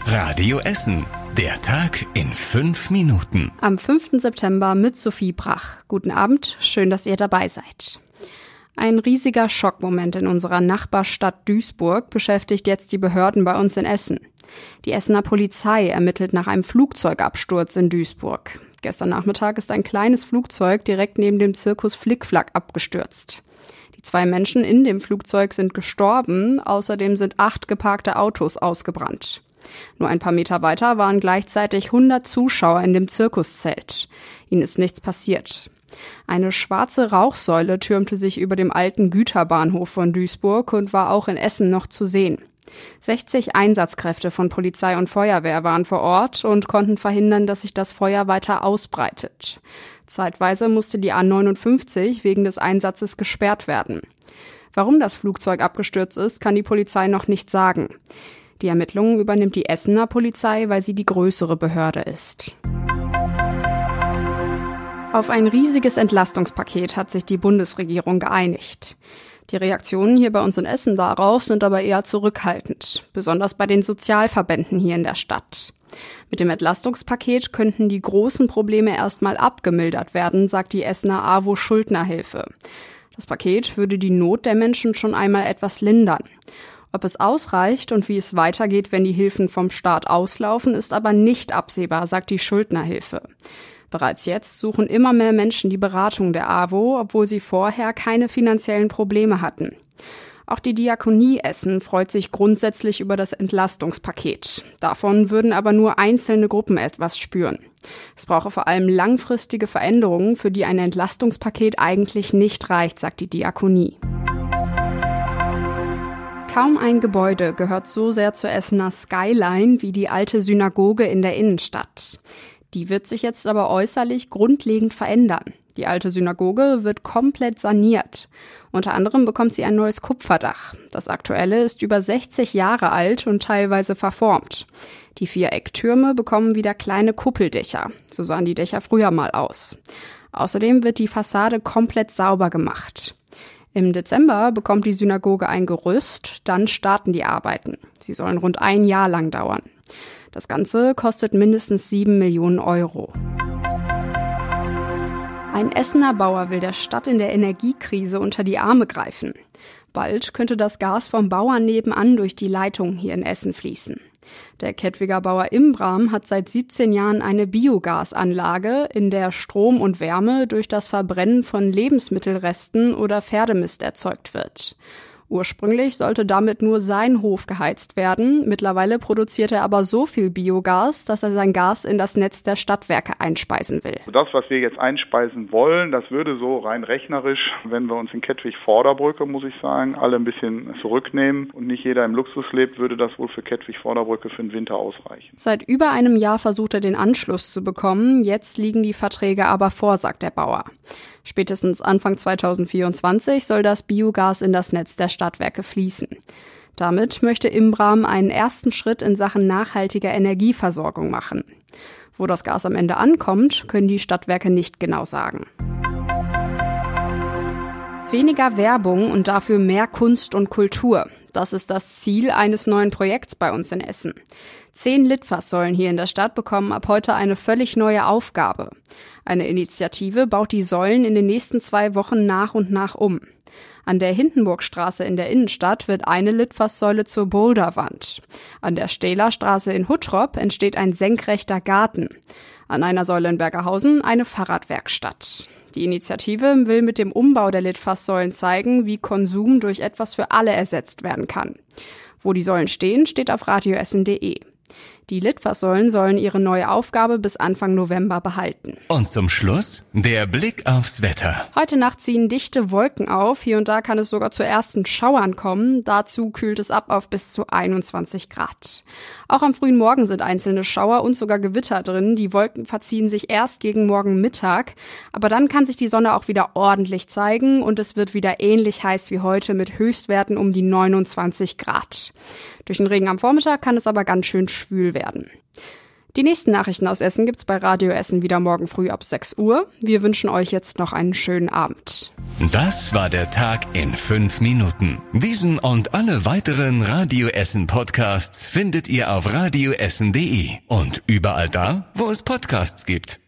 Radio Essen. Der Tag in 5 Minuten. Am 5. September mit Sophie Brach. Guten Abend, schön, dass ihr dabei seid. Ein riesiger Schockmoment in unserer Nachbarstadt Duisburg beschäftigt jetzt die Behörden bei uns in Essen. Die Essener Polizei ermittelt nach einem Flugzeugabsturz in Duisburg. Gestern Nachmittag ist ein kleines Flugzeug direkt neben dem Zirkus Flickflack abgestürzt. Die 2 Menschen in dem Flugzeug sind gestorben, außerdem sind 8 geparkte Autos ausgebrannt. Nur ein paar Meter weiter waren gleichzeitig 100 Zuschauer in dem Zirkuszelt. Ihnen ist nichts passiert. Eine schwarze Rauchsäule türmte sich über dem alten Güterbahnhof von Duisburg und war auch in Essen noch zu sehen. 60 Einsatzkräfte von Polizei und Feuerwehr waren vor Ort und konnten verhindern, dass sich das Feuer weiter ausbreitet. Zeitweise musste die A59 wegen des Einsatzes gesperrt werden. Warum das Flugzeug abgestürzt ist, kann die Polizei noch nicht sagen. Die Ermittlungen übernimmt die Essener Polizei, weil sie die größere Behörde ist. Auf ein riesiges Entlastungspaket hat sich die Bundesregierung geeinigt. Die Reaktionen hier bei uns in Essen darauf sind aber eher zurückhaltend, besonders bei den Sozialverbänden hier in der Stadt. Mit dem Entlastungspaket könnten die großen Probleme erstmal abgemildert werden, sagt die Essener AWO Schuldnerhilfe. Das Paket würde die Not der Menschen schon einmal etwas lindern. Ob es ausreicht und wie es weitergeht, wenn die Hilfen vom Staat auslaufen, ist aber nicht absehbar, sagt die Schuldnerhilfe. Bereits jetzt suchen immer mehr Menschen die Beratung der AWO, obwohl sie vorher keine finanziellen Probleme hatten. Auch die Diakonie Essen freut sich grundsätzlich über das Entlastungspaket. Davon würden aber nur einzelne Gruppen etwas spüren. Es brauche vor allem langfristige Veränderungen, für die ein Entlastungspaket eigentlich nicht reicht, sagt die Diakonie. Kaum ein Gebäude gehört so sehr zur Essener Skyline wie die alte Synagoge in der Innenstadt. Die wird sich jetzt aber äußerlich grundlegend verändern. Die alte Synagoge wird komplett saniert. Unter anderem bekommt sie ein neues Kupferdach. Das aktuelle ist über 60 Jahre alt und teilweise verformt. Die 4 Ecktürme bekommen wieder kleine Kuppeldächer. So sahen die Dächer früher mal aus. Außerdem wird die Fassade komplett sauber gemacht. Im Dezember bekommt die Synagoge ein Gerüst, dann starten die Arbeiten. Sie sollen rund 1 Jahr lang dauern. Das Ganze kostet mindestens 7 Millionen Euro. Ein Essener Bauer will der Stadt in der Energiekrise unter die Arme greifen. Bald könnte das Gas vom Bauern nebenan durch die Leitung hier in Essen fließen. Der Kettwiger Bauer Imbram hat seit 17 Jahren eine Biogasanlage, in der Strom und Wärme durch das Verbrennen von Lebensmittelresten oder Pferdemist erzeugt wird. Ursprünglich sollte damit nur sein Hof geheizt werden. Mittlerweile produziert er aber so viel Biogas, dass er sein Gas in das Netz der Stadtwerke einspeisen will. Das, was wir jetzt einspeisen wollen, das würde so rein rechnerisch, wenn wir uns in Kettwig-Vorderbrücke, muss ich sagen, alle ein bisschen zurücknehmen und nicht jeder im Luxus lebt, würde das wohl für Kettwig-Vorderbrücke für den Winter ausreichen. Seit über einem Jahr versucht er den Anschluss zu bekommen. Jetzt liegen die Verträge aber vor, sagt der Bauer. Spätestens Anfang 2024 soll das Biogas in das Netz der Stadtwerke fließen. Damit möchte Imbram einen ersten Schritt in Sachen nachhaltiger Energieversorgung machen. Wo das Gas am Ende ankommt, können die Stadtwerke nicht genau sagen. Weniger Werbung und dafür mehr Kunst und Kultur. Das ist das Ziel eines neuen Projekts bei uns in Essen. 10 Litfaßsäulen hier in der Stadt bekommen ab heute eine völlig neue Aufgabe. Eine Initiative baut die Säulen in den nächsten 2 Wochen nach und nach um. An der Hindenburgstraße in der Innenstadt wird eine Litfaßsäule zur Boulderwand. An der Stählerstraße in Huttrop entsteht ein senkrechter Garten. An einer Säule in Bergerhausen eine Fahrradwerkstatt. Die Initiative will mit dem Umbau der Litfaßsäulen zeigen, wie Konsum durch etwas für alle ersetzt werden kann. Wo die Säulen stehen, steht auf radioessen.de. Die Litfaßsäulen sollen ihre neue Aufgabe bis Anfang November behalten. Und zum Schluss der Blick aufs Wetter. Heute Nacht ziehen dichte Wolken auf. Hier und da kann es sogar zu ersten Schauern kommen. Dazu kühlt es ab auf bis zu 21 Grad. Auch am frühen Morgen sind einzelne Schauer und sogar Gewitter drin. Die Wolken verziehen sich erst gegen morgen Mittag. Aber dann kann sich die Sonne auch wieder ordentlich zeigen und es wird wieder ähnlich heiß wie heute mit Höchstwerten um die 29 Grad. Durch den Regen am Vormittag kann es aber ganz schön schwül werden. Die nächsten Nachrichten aus Essen gibt's bei Radio Essen wieder morgen früh ab 6 Uhr. Wir wünschen euch jetzt noch einen schönen Abend. Das war der Tag in 5 Minuten. Diesen und alle weiteren Radio Essen Podcasts findet ihr auf radioessen.de und überall da, wo es Podcasts gibt.